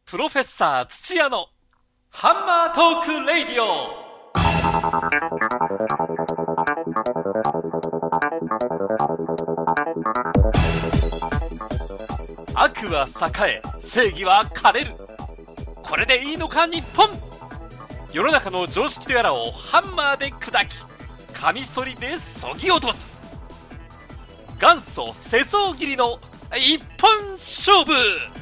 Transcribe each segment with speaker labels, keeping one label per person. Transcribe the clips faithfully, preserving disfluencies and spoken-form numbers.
Speaker 1: プロフェッサー土屋のハンマートークレイディオ。悪は栄え、正義は枯れる。これでいいのか日本。世の中の常識とやらをハンマーで砕き、カミソリでそぎ落とす。元祖世相切りの一本勝負。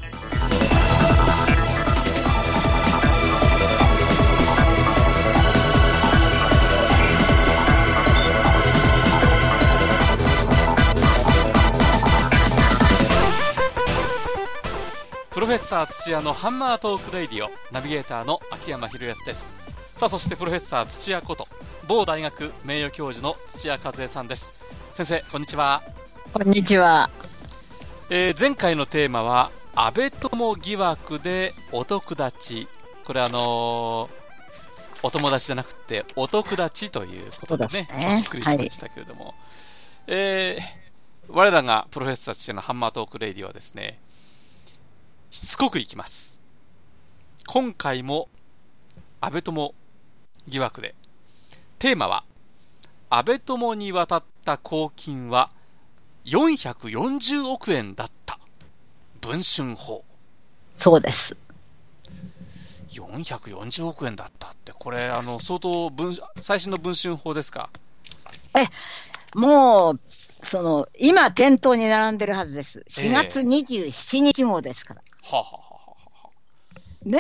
Speaker 1: プロフェッサー土屋のハンマートークレイディオ、ナビゲーターの秋山博康です。さあ、そしてプロフェッサー土屋こと某大学名誉教授の土屋和恵さんです。先生、こんにちは。
Speaker 2: こんにちは。
Speaker 1: えー、前回のテーマは安倍友疑惑でお得立ち。これあのー、お友達じゃなくてお得立ちということで ね, ねびっくりしましたけれども、はい、えー、我らがプロフェッサー土屋のハンマートークレイディオはですね、しつこくいきます。今回も安倍友疑惑で、テーマは安倍友に渡った公金はよんひゃくよんじゅうおくえんだった。文春法。
Speaker 2: そうです。
Speaker 1: よんひゃくよんじゅうおくえんだったって、これあの相当文最新の文春法ですか？
Speaker 2: え、もうその今店頭に並んでるはずです。しがつにじゅうしちにち号ですから。
Speaker 1: えー、ははははは
Speaker 2: ね。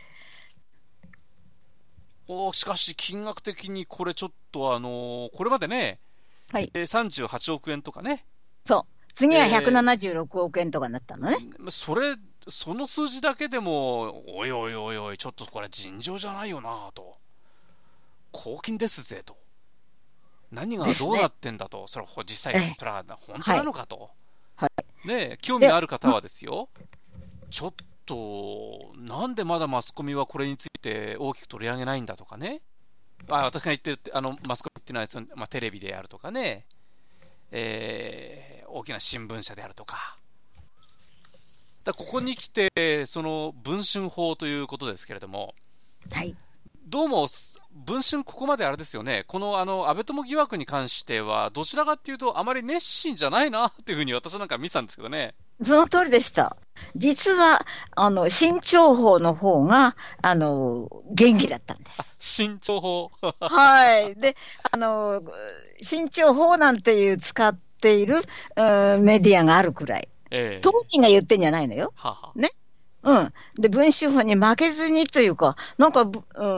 Speaker 1: おしかし金額的にこれちょっとあのー、これまでね、
Speaker 2: はい、
Speaker 1: えー、さんじゅうはちおくえんとかね。
Speaker 2: そう、次はひゃくななじゅうろくおくえんとかになったのね、
Speaker 1: えー、それその数字だけでもおいおいおいおい、ちょっとこれ尋常じゃないよなと、公金ですぜと、何がどうなってんだと、ね、それ実際それは本当なのかと、
Speaker 2: はいはい、
Speaker 1: ね、興味ある方はですよ、ちょっとなんでまだマスコミはこれについて大きく取り上げないんだとかね、あ、私が言ってるあのマスコミっていうのはその、まあ、テレビであるとかね、えー、大きな新聞社であるとか、だここに来てその文春法ということですけれども、
Speaker 2: はい、
Speaker 1: どうも文春ここまであれですよね、このあの安倍友疑惑に関してはどちらかというとあまり熱心じゃないなっていうふうに私なんか見てたんですけどね。
Speaker 2: その通りでした。実はあの新潮法の方があの元気だったんです。
Speaker 1: 新潮法
Speaker 2: はい。で、あの新潮法なんていう使っている、うん、メディアがあるくらい、えー、当人が言ってんじゃないのよ。
Speaker 1: はは
Speaker 2: ね。うん。で、文春法に負けずにというか、なんか、うん、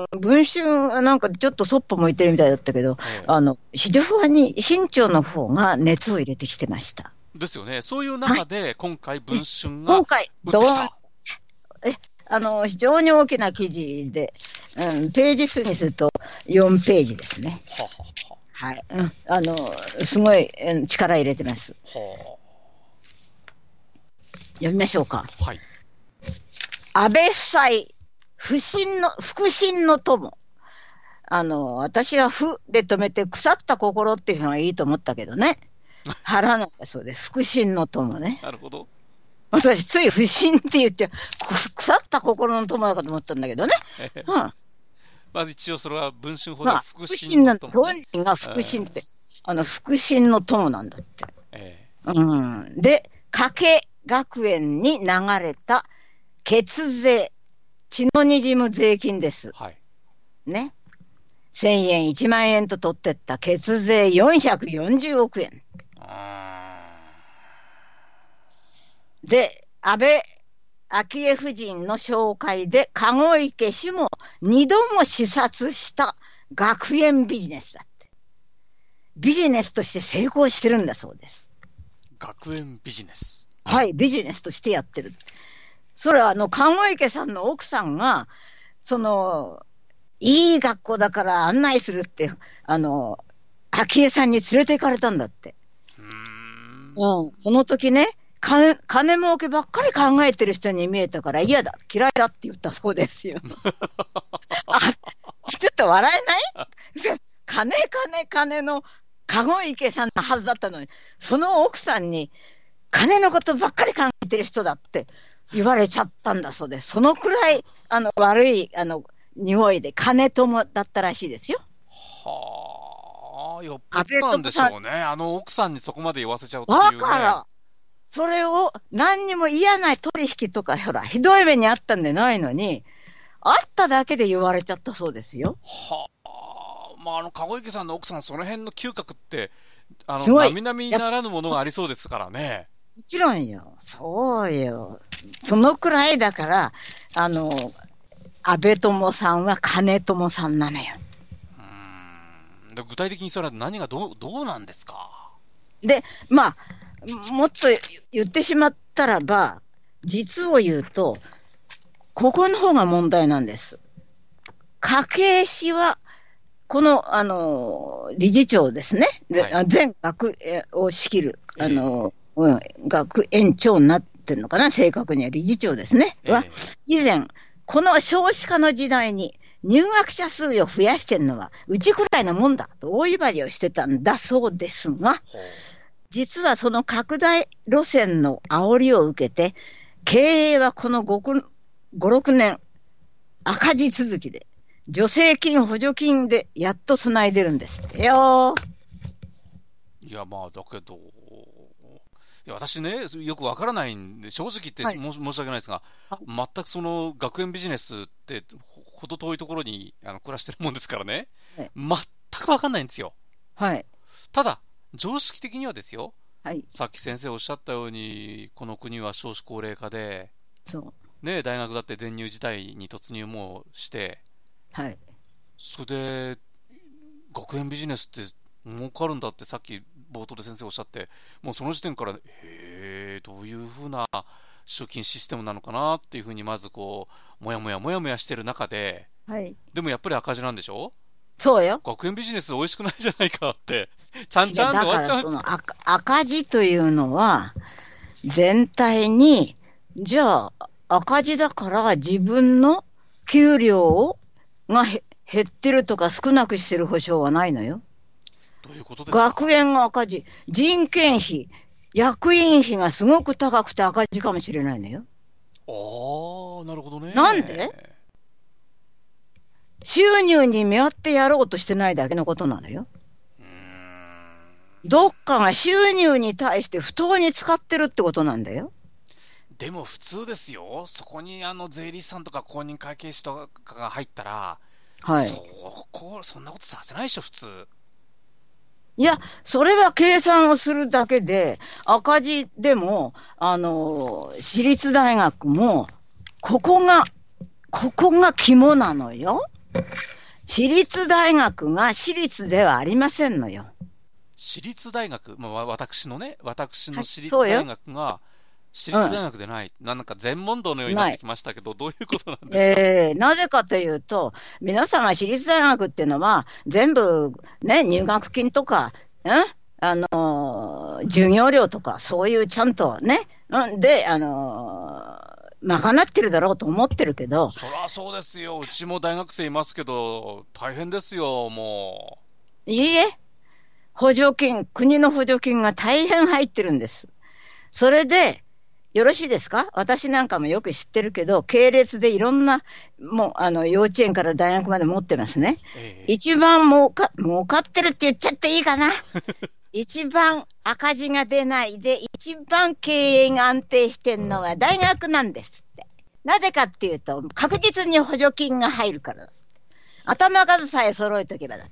Speaker 2: 文春、なんかちょっとそっぽ向いてるみたいだったけど、えー、あの、非常に新潮の方が熱を入れてきてました。
Speaker 1: ですよね。そういう中で、今回文春が、
Speaker 2: 今回、どう、え、あの、非常に大きな記事で、うん、ページ数にするとよんページですね。ははははい。うん。あの、すごい力入れてます。は読みましょうか。
Speaker 1: はい。
Speaker 2: 安倍夫妻、不信の、腹心の友。あの、私は不で止めて腐った心っていうのがいいと思ったけどね。腹なんだそうです。腹心の友ね。
Speaker 1: なるほど。
Speaker 2: 私、つい不信って言っちゃう。腐った心の友だかと思ったんだけどね。うん、
Speaker 1: まず一応それは文春法で
Speaker 2: 腹心の友、ね。本人が腹心って、えー、あの、腹心の友なんだって。えー、うん。で、加計学園に流れた血税、血の滲む税金です。はい。ね。せんえん、いちまんえんと取ってった血税よんひゃくよんじゅうおくえん。で、安倍昭恵夫人の紹介で、籠池氏も二度も視察した学園ビジネスだって。ビジネスとして成功してるんだそうです。
Speaker 1: 学園ビジネス。
Speaker 2: はい、ビジネスとしてやってる。それはあの、籠池さんの奥さんが、その、いい学校だから案内するって、あの、昭恵さんに連れて行かれたんだって。うーん。うん、その時ね、金、金儲けばっかり考えてる人に見えたから嫌だ、嫌いだって言ったそうですよ。あ、ちょっと笑えない？金金金の籠池さんのはずだったのに、その奥さんに金のことばっかり考えてる人だって言われちゃったんだそうです。そのくらい、あの、悪い、あの、匂いで、金友だったらしいですよ。
Speaker 1: はあ、よっ
Speaker 2: 安
Speaker 1: ぽどなんでしょうね。あの奥さんにそこまで言わせちゃうっていう
Speaker 2: だ
Speaker 1: ね。
Speaker 2: から、それを何にも嫌な取引とか、ほら、ひどい目にあったんでないのに、あっただけで言われちゃったそうですよ。
Speaker 1: はあ、まあ、あの、籠池さんの奥さん、その辺の嗅覚って、あの、
Speaker 2: すごい。
Speaker 1: 並々ならぬものがありそうですからね。
Speaker 2: もちろんよ。そうよ。そのくらいだから、あの、安倍友さんは金友さんなのよ。
Speaker 1: うーん。で具体的にそれは何がどう、どうなんですか？
Speaker 2: で、まあ、もっと言ってしまったらば、実を言うと、ここの方が問題なんです。筧氏は、この、あの、理事長ですね。で、
Speaker 1: はい、
Speaker 2: 全学を仕切る、あの、うん、学園長になってるのかな、正確には理事長ですね。
Speaker 1: ええ、
Speaker 2: は、以前、この少子化の時代に入学者数を増やしてるのは、うちくらいのもんだと大威張りをしてたんだそうですが、実はその拡大路線の煽りを受けて、経営はこのご、ろくねん赤字続きで、助成金、補助金でやっとつないでるんですってよ。
Speaker 1: いや、まあ、だけど、いや私ね、よくわからないんで、正直言って
Speaker 2: はい、
Speaker 1: 申し申し訳ないですが、全くその学園ビジネスってほ、ほど遠いところにあの暮らしてるもんですからね、
Speaker 2: ね、
Speaker 1: 全くわかんないんですよ。
Speaker 2: はい。
Speaker 1: ただ、常識的にはですよ、
Speaker 2: はい。
Speaker 1: さっき先生おっしゃったように、この国は少子高齢化で、
Speaker 2: そう。
Speaker 1: ね、大学だって全入時代に突入もして、
Speaker 2: はい。
Speaker 1: それで、学園ビジネスって儲かるんだってさっき冒頭で先生おっしゃって、もうその時点から、へえ、どういうふうな集金システムなのかなっていうふうにまずこう、もやもやもやもやしてる中で、
Speaker 2: はい。
Speaker 1: でもやっぱり赤字なんでしょ？
Speaker 2: そうよ。
Speaker 1: 学園ビジネス美味しくないじゃないかって、ちゃん
Speaker 2: いや、
Speaker 1: ちゃんと
Speaker 2: だから
Speaker 1: 終わっちゃう。
Speaker 2: その赤、赤字というのは、全体に、じゃあ、赤字だから自分の給料をがへ減ってるとか少なくしてる保証はないのよ。
Speaker 1: どういうことですか？
Speaker 2: 学園が赤字、人件費、役員費がすごく高くて赤字かもしれないのよ。
Speaker 1: ああ、なるほどね。
Speaker 2: なんで？収入に見合ってやろうとしてないだけのことなのよ。
Speaker 1: うーん。
Speaker 2: どっかが収入に対して不当に使ってるってことなんだよ。
Speaker 1: でも普通ですよ。そこにあの税理士さんとか公認会計士とかが入ったら、
Speaker 2: はい。
Speaker 1: そこ、そんなことさせないでしょ、普通。
Speaker 2: いや、それは計算をするだけで、赤字でも、あの、私立大学も、ここが、ここが肝なのよ。私立大学が私立ではありませんのよ。
Speaker 1: 私立大学、まあ、私のね、私の
Speaker 2: はい、
Speaker 1: 私立
Speaker 2: そうよ。
Speaker 1: 大学が、私立大学でない、うん、なんか全問答のようになってきましたけど、どういうことなんですか？
Speaker 2: えー、なぜかというと、皆さんが私立大学っていうのは、全部、ね、入学金とか、んあのー、授業料とか、そういうちゃんとね、うんで、あのー、賄ってるだろうと思ってるけど。
Speaker 1: そりゃそうですよ。うちも大学生いますけど、大変ですよ、も
Speaker 2: う。いいえ、補助金、国の補助金が大変入ってるんです。それで、よろしいですか？私なんかもよく知ってるけど、系列でいろんな、もう、あの、幼稚園から大学まで持ってますね。ええ、一番儲か、儲かってるって言っちゃっていいかな。一番赤字が出ないで、一番経営が安定してるのは大学なんですって。なぜかっていうと、確実に補助金が入るからだって。頭数さえ揃えとけばだって。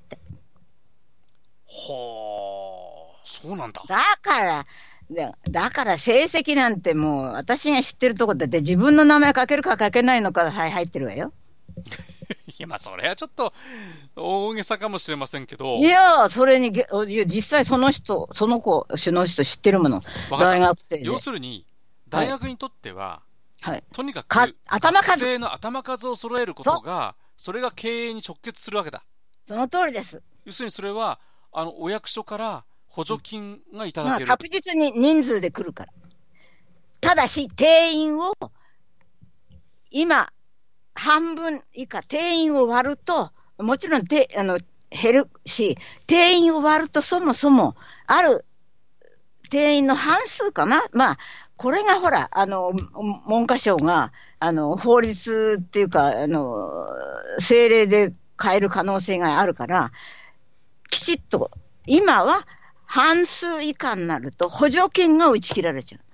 Speaker 1: はあ、そうなんだ。
Speaker 2: だから、だから成績なんてもう私が知ってるとこだって自分の名前書けるか書けないのか入ってるわよ。
Speaker 1: いやまあそれはちょっと大げさかもしれませんけど。
Speaker 2: いやそれにいや実際その人その子その人知ってるもの。大学生で。
Speaker 1: 要するに大学にとっては、
Speaker 2: はい、
Speaker 1: とにかく
Speaker 2: か頭数
Speaker 1: 学生の頭数を揃えることが そ, それが経営に直結するわけだ。
Speaker 2: その通りです。
Speaker 1: 要するにそれはあのお役所から補助金がいただける、
Speaker 2: まあ、確実に人数で来るから。ただし定員を今半分以下定員を割るともちろんてあの減るし、定員を割るとそもそもある定員の半数かな、まあこれがほら、あの、文科省が、あの、法律っていうか、あの、政令で変える可能性があるから、きちっと、今は半数以下になると補助金が打ち切られちゃう。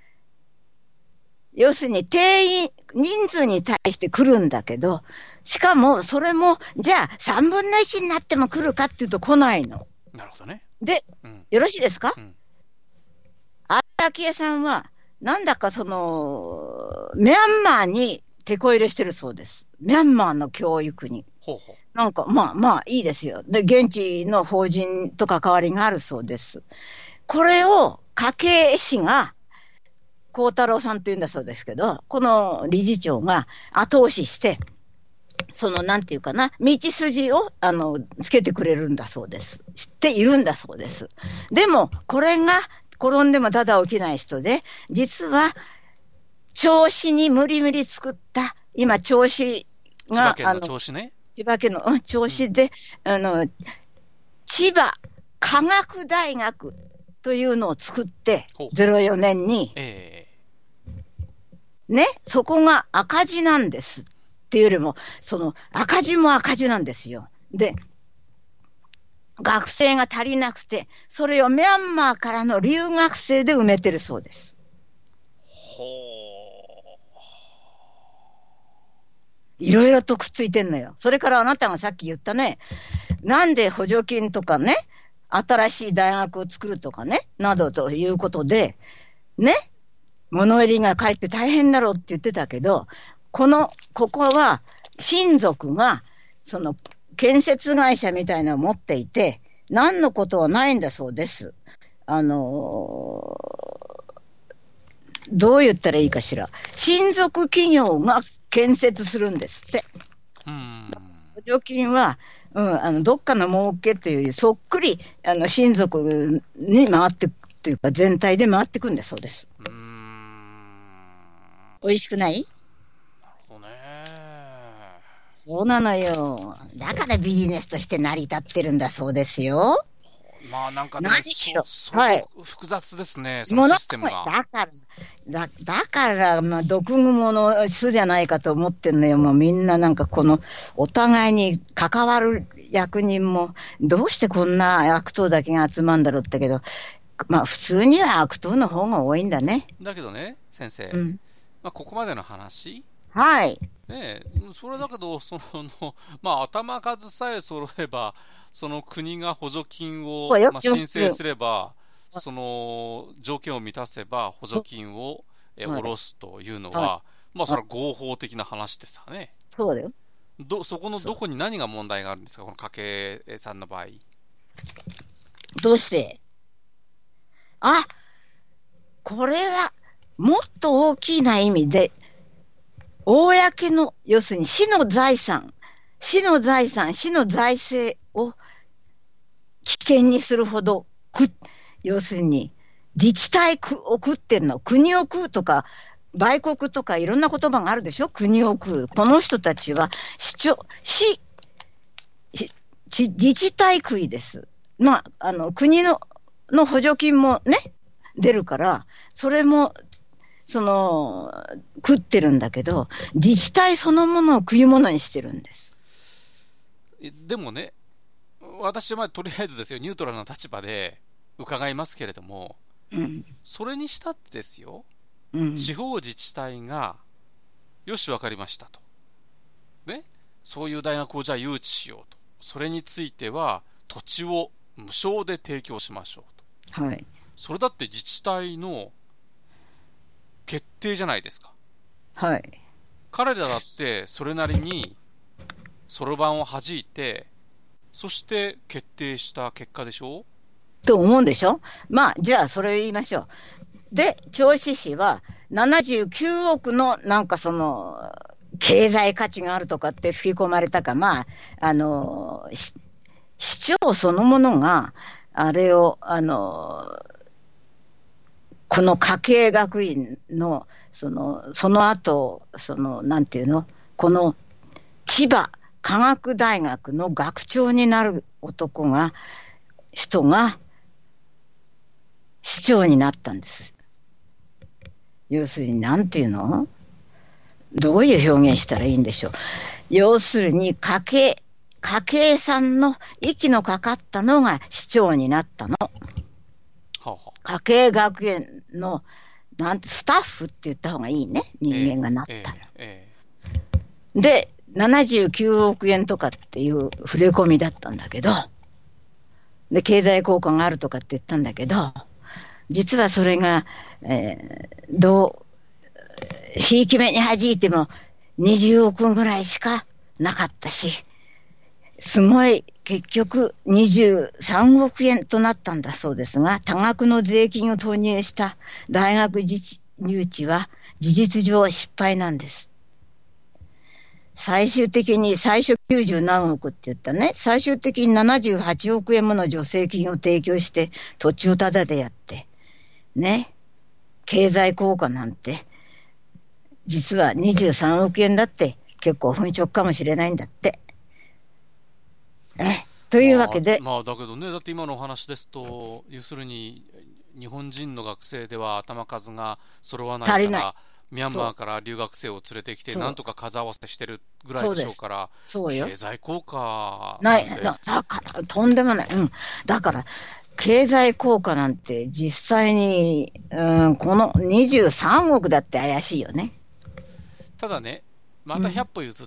Speaker 2: 要するに定員、人数に対して来るんだけど、しかもそれも、じゃあさんぶんのいちになっても来るかっていうと来ないの。
Speaker 1: なるほどね。
Speaker 2: で、
Speaker 1: うん、
Speaker 2: よろしいですか？
Speaker 1: うん、
Speaker 2: 安倍昭恵さんは、なんだかその、ミャンマーに手こ入れしてるそうです。ミャンマーの教育に。
Speaker 1: ほうほう。
Speaker 2: なんか、まあまあいいですよ。で、現地の法人と関わりがあるそうです。これを家計氏が、幸太郎さんというんだそうですけど、この理事長が後押しして、そのなんていうかな、道筋をあのつけてくれるんだそうです。知っているんだそうです。でも、これが転んでもただ起きない人で、実は、銚子に無理無理作った、今、銚子が、
Speaker 1: 千葉県の銚子ね。
Speaker 2: 千葉県の銚子で、うん、あの、千葉科学大学というのを作って、ゼロよねんに、
Speaker 1: え
Speaker 2: ー、ね、そこが赤字なんですっていうよりも、その赤字も赤字なんですよ。で、学生が足りなくて、それをミャンマーからの留学生で埋めてるそうです。
Speaker 1: ほ
Speaker 2: いろいろとくっついてんのよ。それからあなたがさっき言ったね、なんで補助金とかね、新しい大学を作るとかね、などということで、ね、物入りがかえって大変だろうって言ってたけど、この、ここは親族が、その、建設会社みたいなのを持っていて、何のことはないんだそうです。あのー、どう言ったらいいかしら。親族企業が建設するんですって。
Speaker 1: う。うん。
Speaker 2: 補助金は、うん、あのどっかの儲けというより、そっくりあの親族に回っていくというか、全体で回っていくんだそうです。
Speaker 1: うーん。
Speaker 2: 美味しくない？
Speaker 1: なるほどね。
Speaker 2: そうなのよ。だからビジネスとして成り立ってるんだそうですよ。
Speaker 1: まあなんかね、
Speaker 2: 何しろ、
Speaker 1: はい、複雑ですね、そのシステムが。
Speaker 2: だから、だだから、まあ、毒蜘蛛の巣じゃないかと思ってんのよ。もうみんななんかこの、お互いに関わる役人も、どうしてこんな悪党だけが集まるんだろうってけど、まあ普通には悪党の方が多いんだね。
Speaker 1: だけどね、先生、
Speaker 2: うん、
Speaker 1: まあ、ここまでの話、
Speaker 2: はい。
Speaker 1: ね、それだけど、その、まあ頭数さえ揃えば、その国が補助金を、まあ、申請すれば、その条件を満たせば補助金をえ下ろすというのは、はい、まあそれは合法的な話ですよね。
Speaker 2: そうだよ。
Speaker 1: ど、そこのどこに何が問題があるんですか、この家計さんの場合。
Speaker 2: どうして？あ、これはもっと大きな意味で、公の、要するに市の財産、市の財産、市の財政を危険にするほど、要するに自治体を食ってんの、国を食うとか、売国とかいろんな言葉があるでしょ、国を食う。この人たちは市長、市、自治体食いです。まあ、あの、国の、の補助金もね、出るから、それも、その、食ってるんだけど、自治体そのものを食い物にしてるんです。
Speaker 1: でもね、私はとりあえずですよ、ニュートラルな立場で伺いますけれども、
Speaker 2: うん、
Speaker 1: それにしたってですよ、
Speaker 2: うん、
Speaker 1: 地方自治体が、よし、分かりましたと。ね、そういう大学をじゃあ誘致しようと。それについては、土地を無償で提供しましょう
Speaker 2: と。はい。
Speaker 1: それだって自治体の決定じゃないですか。
Speaker 2: はい。
Speaker 1: 彼らだってそれなりにそろばんを弾いて、そして決定した結果でしょ
Speaker 2: と思うんでしょ。まあじゃあそれを言いましょう。で、銚子市はななじゅうきゅうおくのなんかその経済価値があるとかって吹き込まれたか、まああの市長そのものがあれをあのこの家計学院のそのその後そのなんていうの、この千葉科学大学の学長になる男が人が市長になったんです。 要するに、なんていうの、どういう表現したらいいんでしょう。要するに、家計、家計さんの息のかかったのが市長になったの。
Speaker 1: はあはあ、
Speaker 2: 家計学園の、なんて、スタッフって言った方がいいね。人間がなったの。
Speaker 1: えーえ
Speaker 2: ー、で、ななじゅうきゅうおくえんとかっていう触れ込みだったんだけど、で、経済効果があるとかって言ったんだけど、実はそれが、えー、どう、ひいき目に弾いてもにじゅうおくぐらいしかなかったし、すごい結局にじゅうさんおくえんとなったんだそうですが、多額の税金を投入した大学入試は事実上失敗なんです。最終的に最初きゅうじゅうなんおくって言ったね、最終的にななじゅうはちおくえんもの助成金を提供して土地をタダでやってね、経済効果なんて実はにじゅうさんおくえんだって結構粉飾かもしれないんだって。えというわけで、
Speaker 1: まあ、まあだけどね、だって今のお話ですと、要するに日本人の学生では頭数が揃わないから、
Speaker 2: 足りない、
Speaker 1: ミャンマーから留学生を連れてきて、なんとか数合わせしてるぐらいでしょうから、
Speaker 2: そうよ、
Speaker 1: 経済効果
Speaker 2: ないだからとんでもない、うん、だから経済効果なんて実際に、うん、このにじゅうさんおくだって怪しいよね。
Speaker 1: ただね、またひゃっぽ譲って、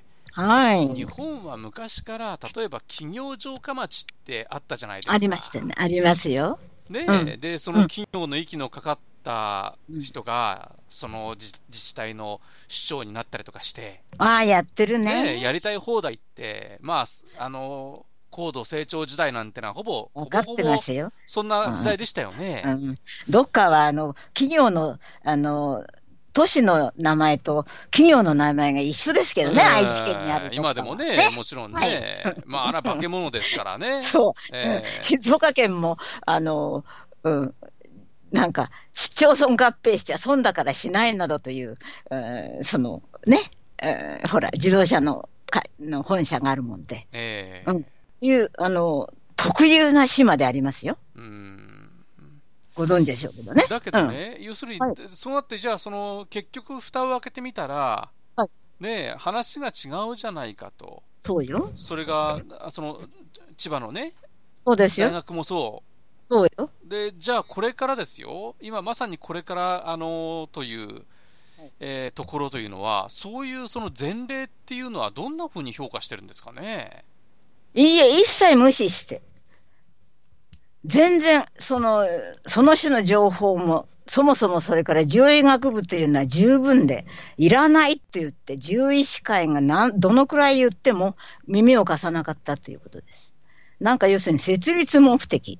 Speaker 2: うん、はい、
Speaker 1: 日本は昔から例えば企業城下町ってあったじゃないですか。
Speaker 2: ありましたね、ありますよ。
Speaker 1: ね、
Speaker 2: うん、
Speaker 1: でその企業の息のかかった人が、うん、その 自, 自治体の首長になったりとかして、
Speaker 2: ああやってる ね,
Speaker 1: ねやりたい放題って、まああの高度成長時代なんてのはほぼ
Speaker 2: 分かってますよ、
Speaker 1: ほぼほぼそんな時代でしたよね。
Speaker 2: うんうん、どっかはあの企業のあの都市の名前と企業の名前が一緒ですけどね、愛知県にあると
Speaker 1: 今でもね、
Speaker 2: ね、
Speaker 1: もちろんね、
Speaker 2: はい、
Speaker 1: まあ、あら化け物ですからね。
Speaker 2: そう、
Speaker 1: えー、
Speaker 2: 静岡県も、あの、うん、なんか、市町村合併しちゃ損だからしないなどという、うん、そのね、うん、ほら、自動車のかの本社があるもんで、
Speaker 1: えー
Speaker 2: うん、いう、あの、特有な島でありますよ。
Speaker 1: うん
Speaker 2: ご存知でしょうけどね。
Speaker 1: だけどね、うん、要するに、
Speaker 2: はい、
Speaker 1: そうなって、じゃあその、結局、蓋を開けてみたら、
Speaker 2: はい、
Speaker 1: ね、話が違うじゃないかと。
Speaker 2: そうよ。
Speaker 1: それが、その千葉のね、
Speaker 2: そうですよ。
Speaker 1: 大学もそう。
Speaker 2: そうよ。
Speaker 1: で、じゃあこれからですよ、今まさにこれから、あのという、えー、ところというのは、そういうその前例っていうのは、どんなふうに評価してるんですかね。
Speaker 2: いいえ、一切無視して。全然、その、その種の情報も、そもそもそれから獣医学部というのは十分で、いらないと言って、獣医師会がなんどのくらい言っても耳を貸さなかったということです。なんか要するに設立目的。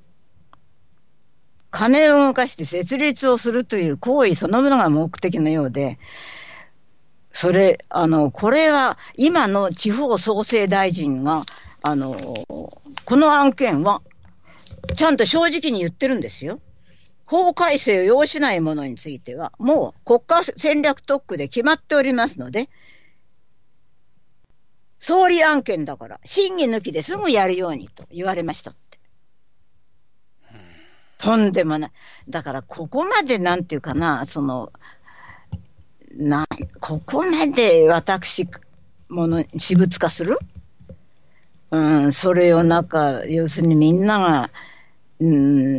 Speaker 2: 金を動かして設立をするという行為そのものが目的のようで、それ、あの、これは今の地方創生大臣が、あの、この案件は、ちゃんと正直に言ってるんですよ。法改正を要しないものについては、もう国家戦略特区で決まっておりますので、総理案件だから、審議抜きですぐやるようにと言われましたって。とんでもない。だから、ここまでなんていうかな、その、な、ここまで私、もの、私物化する？うん、それをなんか、要するにみんなが、うん、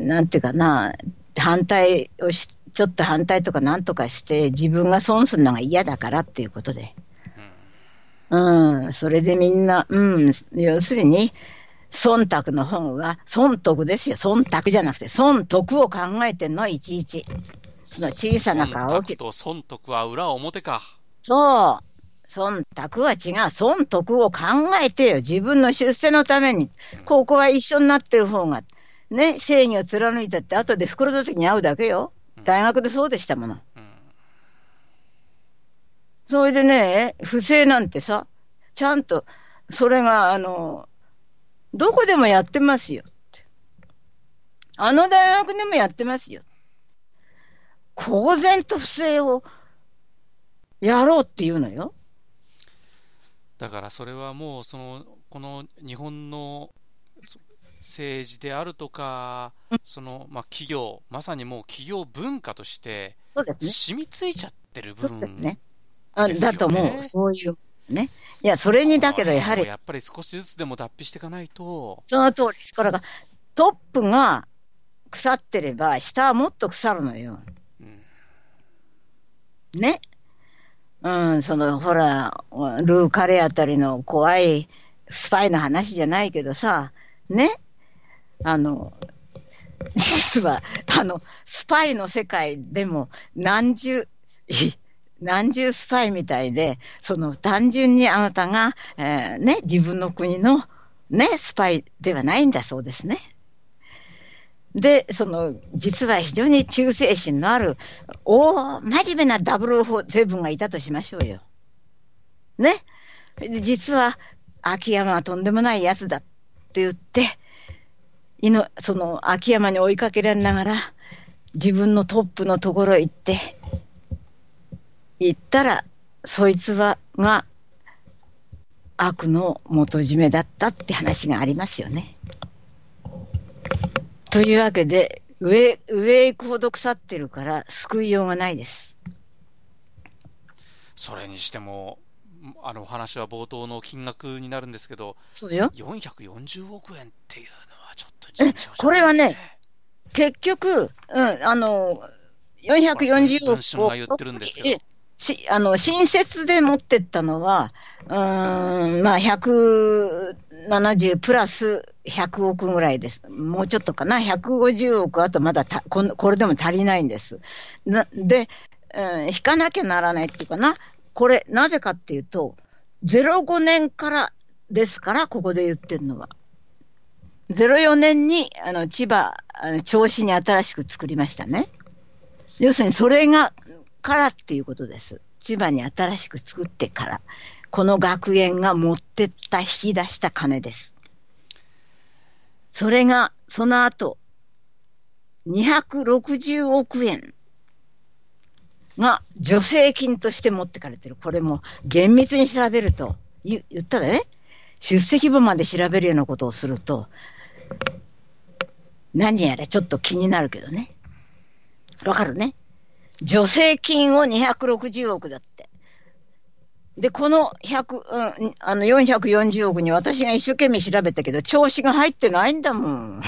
Speaker 2: なんていうかな、反対をし、ちょっと反対とかなんとかして、自分が損するのが嫌だからっていうことで。うん、それでみんな、うん、要するに、忖度の本は、損得ですよ。忖度じゃなくて、損得を考えてんの、いちいち。その小さな顔を。
Speaker 1: 忖度と損得は裏表か。
Speaker 2: そう。忖度は違う。損得を考えてよ。自分の出世のために。ここは一緒になってる方が、ね、正義を貫いたって後で袋叩きに会うだけよ。大学でそうでしたもの。うんうん、それでね、不正なんてさ、ちゃんと、それが、あの、どこでもやってますよって。あの大学でもやってますよ。公然と不正をやろうっていうのよ。
Speaker 1: だからそれはもうそのこの日本の政治であるとか、そのまあ企業、まさにもう企業文化として
Speaker 2: そうですね。
Speaker 1: 染みついちゃってる部分です
Speaker 2: ね。あ、
Speaker 1: ですよね。
Speaker 2: だと思う。そういうね。いや、それにだけどやはり。
Speaker 1: やっぱり少しずつでも脱皮していかないと。
Speaker 2: その通りです。これが、トップが腐ってれば、下はもっと腐るのよ。うん、ね。うん、その、ほら、ルー・カレーあたりの怖いスパイの話じゃないけどさ、ね。あの、実は、あの、スパイの世界でも何十、何十スパイみたいで、その単純にあなたが、えー、ね、自分の国のね、スパイではないんだそうですね。で、その、実は非常に忠誠心のある、大真面目なダブルセブンがいたとしましょうよ。ね。実は、秋山はとんでもないやつだって言って、いのその秋山に追いかけられながら、自分のトップのところへ行って、行ったら、そいつは、が、悪の元締めだったって話がありますよね。というわけで、上、上へ行くほど腐ってるから、救いようがないです。
Speaker 1: それにしても、あのお話は冒頭の金額になるんですけど、
Speaker 2: そうよ。
Speaker 1: よんひゃくよんじゅうおくえんっていうのはちょっと尋常じゃない、ね。
Speaker 2: これはね、結局、うん、あの、よんひゃくよんじゅうおくを、
Speaker 1: 文春が言ってるんですよ。
Speaker 2: しあの新設で持ってったのは、うーん、まあ、ひゃくななじゅうプラスひゃくおくぐらいです。もうちょっとかな、ひゃくごじゅうおく、あとまだたこ、これでも足りないんです。なで、うん、引かなきゃならないっていうかな、これ、なぜかっていうと、ゼロごねんからですから、ここで言ってるのは。ゼロよねんにあの千葉、あの銚子に新しく作りましたね。要するに、それが、からっていうことです。千葉に新しく作ってから、この学園が持ってった引き出した金です。それがその後にひゃくろくじゅうおくえんが助成金として持ってかれてる。これも厳密に調べると、言ったらね、出席簿まで調べるようなことをすると、何やらちょっと気になるけどね。わかるね。助成金をにひゃくろくじゅうおくだって。で、このひゃく、うん、あのよんひゃくよんじゅうおくに私が一生懸命調べたけど、銚子が入ってないんだもん。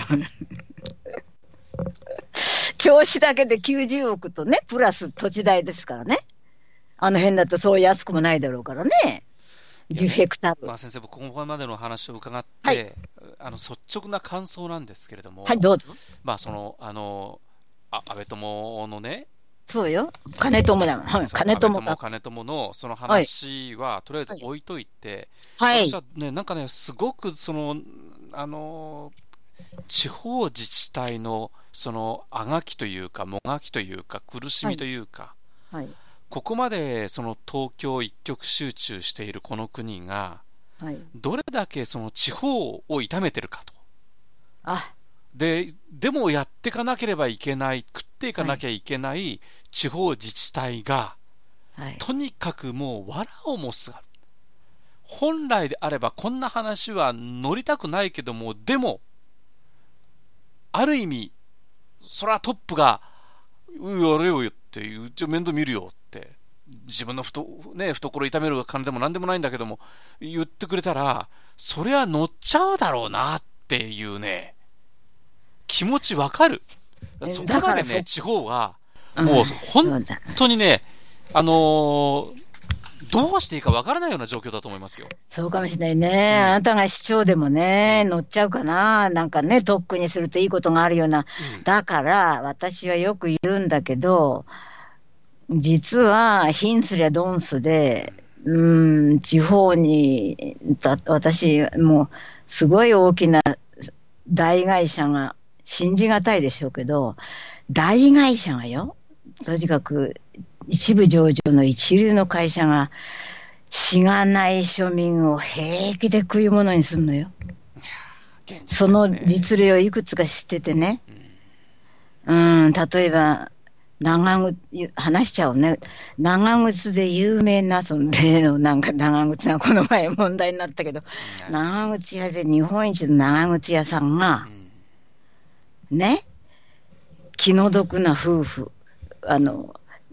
Speaker 2: 銚子だけできゅうじゅうおくとね、プラス土地代ですからね。あの辺だとそう安くもないだろうからね。じゅうヘクタール。
Speaker 1: まあ、先生、僕、ここまでの話を伺って、
Speaker 2: はい、
Speaker 1: あの率直な感想なんですけれども、
Speaker 2: はい、どうぞ。
Speaker 1: まあ、その、あの、あ安倍友のね、
Speaker 2: そうよ。金友だもん。はい、金友だ。
Speaker 1: 金友のその話は、はい、とりあえず置いといて、
Speaker 2: はい、
Speaker 1: 私はね、なんかね、すごくその、あの、地方自治体のそのあがきというか、もがきというか、苦しみというか、
Speaker 2: はいはい、
Speaker 1: ここまでその東京一極集中しているこの国が、はい、どれだけその地方を痛めてるかと。
Speaker 2: あ
Speaker 1: で、でもやっていかなければいけない、食っていかなきゃいけない地方自治体が、はい、とにかくもう藁をもすがる。本来であればこんな話は乗りたくないけども、でも、ある意味、それはトップが、やれよって、じゃ面倒見るよって、自分のふと、ね、懐痛める金でも何でもないんだけども、言ってくれたら、それは乗っちゃうだろうなっていうね、気持ちわかる。そこまでね、地方が、もう本当にね、あのー、どうしていいかわからないような状況だと思いますよ。
Speaker 2: そうかもしれないね。うん、あなたが市長でもね、うん、乗っちゃうかな。なんかね、特区にするといいことがあるような。うん、だから、私はよく言うんだけど、実は、ヒンスりゃドンスで、うん、地方に、私、もう、すごい大きな大会社が、信じがたいでしょうけど、大会社がよ、とにかく一部上場の一流の会社が、しがない庶民を平気で食い物にするのよ。ね、その実例をいくつか知っててね。うん、例えば、長靴、話しちゃうね。長靴で有名な、その例のなんか長靴がこの前問題になったけど、うん、長靴屋で日本一の長靴屋さんが、うんね、気の毒な夫婦、あの、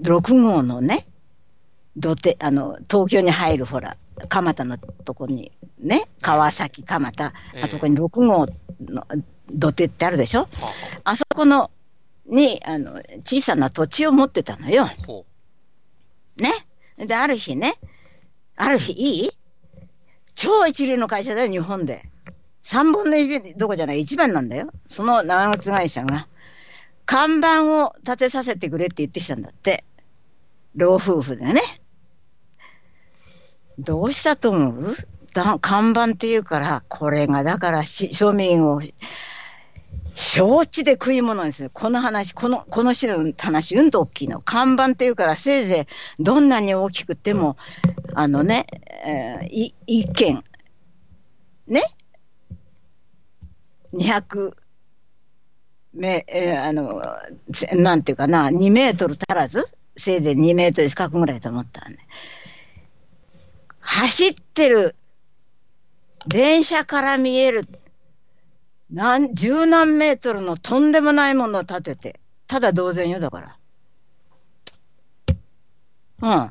Speaker 2: ろくごうのね、土手、あの、東京に入るほら、蒲田のとこにね、川崎、蒲田、
Speaker 1: ええ、
Speaker 2: あそこにろくごうの土手ってあるでしょ、
Speaker 1: はあは
Speaker 2: あそこの、に、あの、小さな土地を持ってたのよ。
Speaker 1: ほ
Speaker 2: ね。で、ある日ね、ある日いい超一流の会社だよ、日本で。三本の指どこじゃない、一番なんだよ。その長靴会社が、看板を立てさせてくれって言ってきたんだって。老夫婦でね。どうしたと思う？だ看板っていうから、これがだからし庶民を承知で食い物にする。この話、この、この詩の話、うんと大きいの。看板っていうから、せいぜいどんなに大きくても、あのね、えー、い一軒、ね、にひゃくメ、えー、あの、なんていうかな、にメートル足らず、せいぜいにメートル近くぐらいと思ったらね。走ってる電車から見える何十何メートルのとんでもないものを立てて、ただ同然よだから。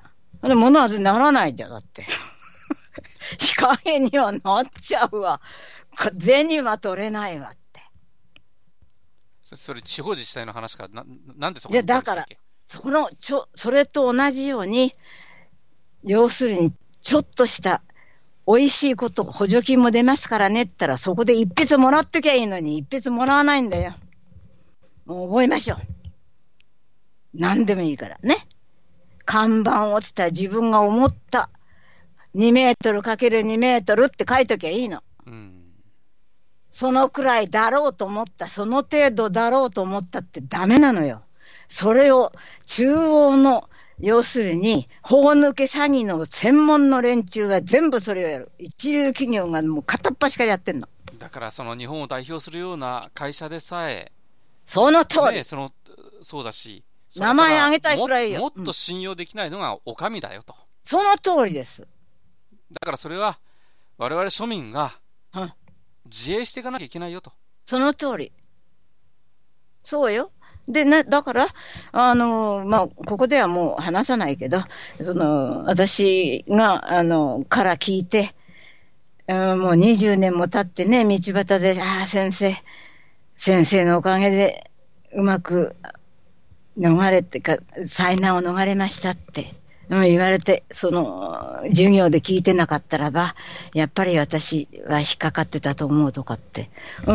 Speaker 2: うん。で物はならないじゃんだって。日陰にはなっちゃうわ。銭は取れないわって。
Speaker 1: そそれ地方自治体の話からな、なんでそこに
Speaker 2: いやだから、そのちょそれと同じように、要するにちょっとした美味しいこと、補助金も出ますからねって言ったら、そこで一筆もらっときゃいいのに、一筆もらわないんだよ。もう覚えましょう。何でもいいからね。看板をつったら自分が思ったにメートルかけるにメートルって書いときゃいいの。
Speaker 1: うん、
Speaker 2: そのくらいだろうと思った、その程度だろうと思ったってダメなのよ。それを中央の要するに、法抜け詐欺の専門の連中は全部それをやる。一流企業がもう片っ端からやってんの。
Speaker 1: だからその日本を代表するような会社でさえ、
Speaker 2: その通り。
Speaker 1: ね、そのそうだし、
Speaker 2: 名前挙げたいくらいよ。
Speaker 1: も、もっと信用できないのがお上だよと。
Speaker 2: その通りです。
Speaker 1: だからそれは我々庶民が
Speaker 2: うん、
Speaker 1: 自衛していかなきゃいけないよと。
Speaker 2: その通り。そうよ。でね、だから、あの、まあ、ここではもう話さないけど、その、私が、あの、から聞いて、うん、もうにじゅうねんも経ってね、道端で、ああ、先生、先生のおかげで、うまく、逃れてか、災難を逃れましたって、うん、言われて、その、授業で聞いてなかったらば、やっぱり私は引っかかってたと思うとかって。うん、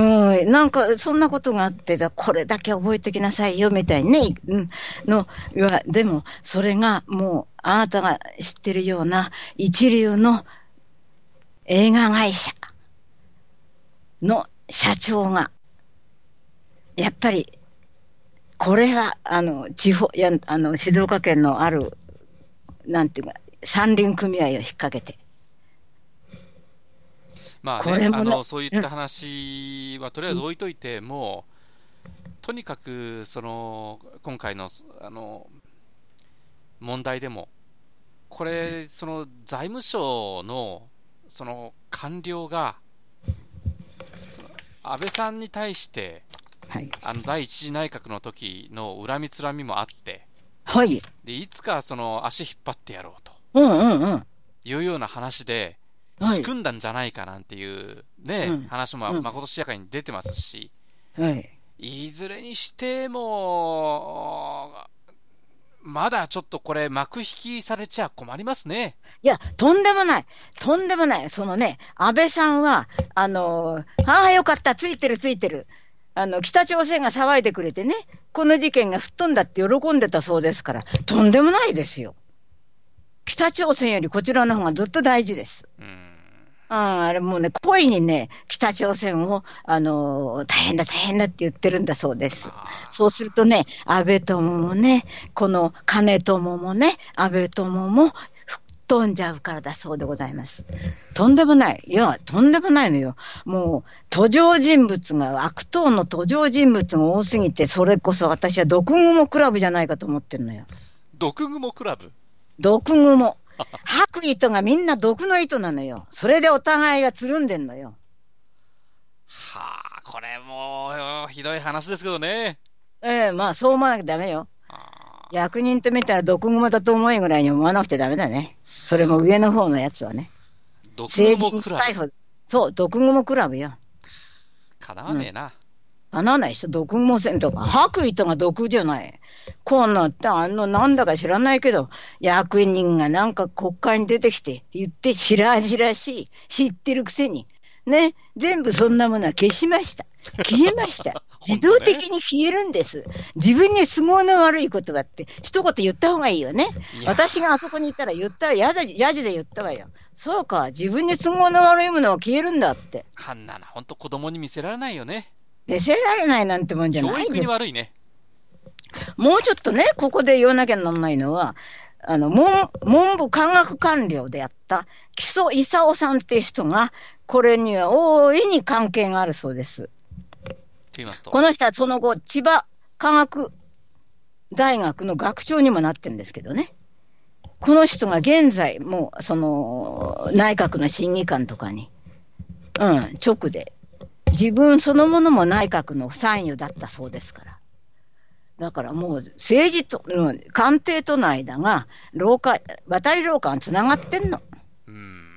Speaker 2: なんか、そんなことがあって、これだけ覚えてきなさいよ、みたいにね、うん、の、でも、それがもう、あなたが知ってるような一流の映画会社の社長が、やっぱり、これは、あの、地方、や、あの、静岡県のある、なんていうか、山林組合を引っ掛けて。
Speaker 1: まあね、あのそういった話はとりあえず置いといて、うん、もう、とにかくその今回のあの問題でも、これ、その財務省のその官僚が、安倍さんに対して、はい、あの第一次内閣の時の恨みつらみもあって、
Speaker 2: はい、
Speaker 1: でいつかその足引っ張ってやろうと、
Speaker 2: うんうんうん、
Speaker 1: いうような話で、仕組んだんじゃないかなんていうね、うん、話もまことしやかに出てますし、はい、いずれにしても、まだちょっとこれ、幕引きされちゃ困りますね。
Speaker 2: いや、とんでもない、とんでもない、そのね、安倍さんは、あのー、ああ、よかった、ついてる、ついてる。あの、北朝鮮が騒いでくれてね、この事件が吹っ飛んだって喜んでたそうですから、とんでもないですよ。北朝鮮よりこちらの方がずっと大事です。うん。うん、あれもうね、故意にね、北朝鮮を、あのー、大変だ大変だって言ってるんだそうです。そうするとね、安倍友もね、この金友もね、安倍友も、飛んじゃうからだそうでございます。とんでもない。いや、とんでもないのよ。もう、登場人物が、悪党の登場人物が多すぎて、それこそ私は毒蜘蛛クラブじゃないかと思ってるのよ。
Speaker 1: 毒蜘蛛クラブ？
Speaker 2: 毒蜘蛛。吐く糸がみんな毒の糸なのよ。それでお互いがつるんでんのよ。
Speaker 1: はあ、これもう、ひどい話ですけどね。
Speaker 2: ええー、まあ、そう思わなきゃダメよ。 役人と見たら毒蜘蛛だと思いぐらいに思わなくてダメだね。それも上の方のやつはね。
Speaker 1: 毒蜘
Speaker 2: 政治に
Speaker 1: 蛛クラブ。
Speaker 2: 近いほど。そう、毒蜘蛛クラブよ。
Speaker 1: かなわねえな。
Speaker 2: かなわない人、毒蜘蛛せんとか、吐く糸が毒じゃない。こうなってあのなんだか知らないけど、役人がなんか国会に出てきて言って白々しい、知ってるくせに。ね、全部そんなものは消しました。消えました。自動的に消えるんです。自分に都合の悪い言葉って一言言った方がいいよね。私があそこにいたら言ったらやだ、やじで言ったわよ。そうか、自分に都合の悪いものは消えるんだって。
Speaker 1: あんなの本当子供に見せられないよね。
Speaker 2: 見せられないなんてもんじゃないです。
Speaker 1: 教育に悪いね。
Speaker 2: もうちょっとね、ここで言わなきゃなんないのは、あの、文、文部科学官僚であった木曽勲さんっていう人が、これには大いに関係があるそうです。
Speaker 1: と言いますと、
Speaker 2: この人はその後、千葉科学大学の学長にもなってるんですけどね。この人が現在、もう、その、内閣の審議官とかに、うん、直で、自分そのものも内閣の参与だったそうですから。だからもう政治と、うん、官邸との間が廊下、渡り廊下がつながってんの。
Speaker 1: うーん。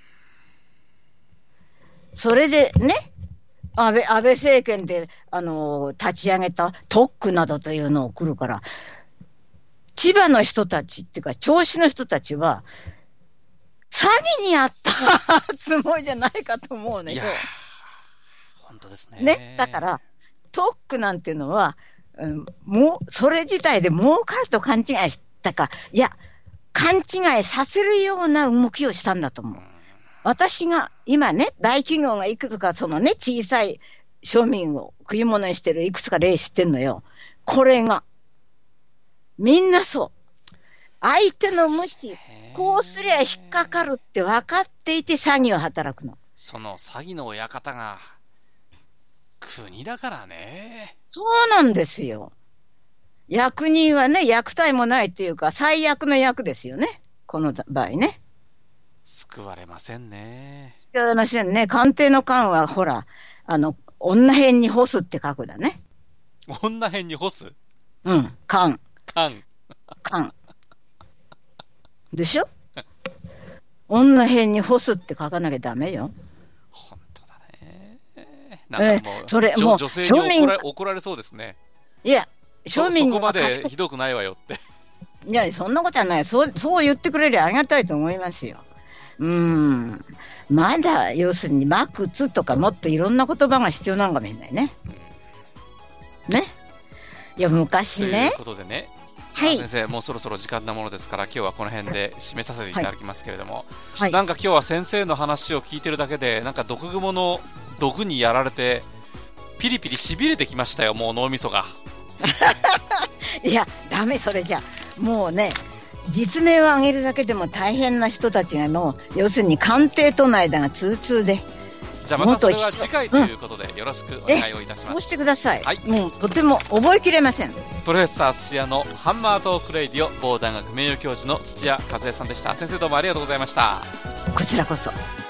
Speaker 2: それでね、安倍、安倍政権で、あのー、立ち上げた特区などというのを送るから、千葉の人たちっていうか、銚子の人たちは、詐欺にあったつもりじゃないかと思うね。
Speaker 1: いや本当ですね。
Speaker 2: ね、だから、特区なんていうのは、うん、もう、それ自体で儲かると勘違いしたか、いや、勘違いさせるような動きをしたんだと思う。私が今ね、大企業がいくつかそのね、小さい庶民を食い物にしてるいくつか例知ってんのよ。これが、みんなそう。相手の無知、こうすりゃ引っかかるって分かっていて詐欺を働くの。
Speaker 1: その詐欺の親方が、国だからね。
Speaker 2: そうなんですよ。役人はね、役体もないっていうか、最悪の役ですよね。この場合ね。
Speaker 1: 救われませんね。
Speaker 2: 救われませんね。官邸の官は、ほら、あの、女編に干すって書くだね。
Speaker 1: 女編に干す？
Speaker 2: うん、官。
Speaker 1: 官。
Speaker 2: 官。でしょ女編に干すって書かなきゃダメよ。
Speaker 1: 本当だね。なんかもう、
Speaker 2: えー、それもう
Speaker 1: 女性に怒られ、怒られそうですね。
Speaker 2: いや、庶民
Speaker 1: そこまでひどくないわよって。
Speaker 2: いや、そんなことはない。そう、そう言ってくれりゃありがたいと思いますよ。うーん。まだ、要するに、マクツとかもっといろんな言葉が必要なのかもしれないね。うん、ね。いや、昔ね。
Speaker 1: ということでね。
Speaker 2: はい、
Speaker 1: 先生、もうそろそろ時間なものですから、今日はこの辺で締めさせていただきますけれども、はい、なんか今日は先生の話を聞いてるだけで、なんか毒蜘蛛の毒にやられて、ピリピリしびれてきましたよ、もう脳みそが。
Speaker 2: いや、ダメ、それじゃ、もうね、実名を挙げるだけでも大変な人たちが、もう要するに官邸との間が通通で。
Speaker 1: じゃあまたそれは次回ということで、よろしくお願いをいたします。
Speaker 2: そうしてください。
Speaker 1: はい、
Speaker 2: もうとても覚えきれません。
Speaker 1: プロフェッサー土屋のハンマートークレイディオ、某大学名誉教授の土屋和恵さんでした。先生どうもありがとうございました。
Speaker 2: こちらこそ。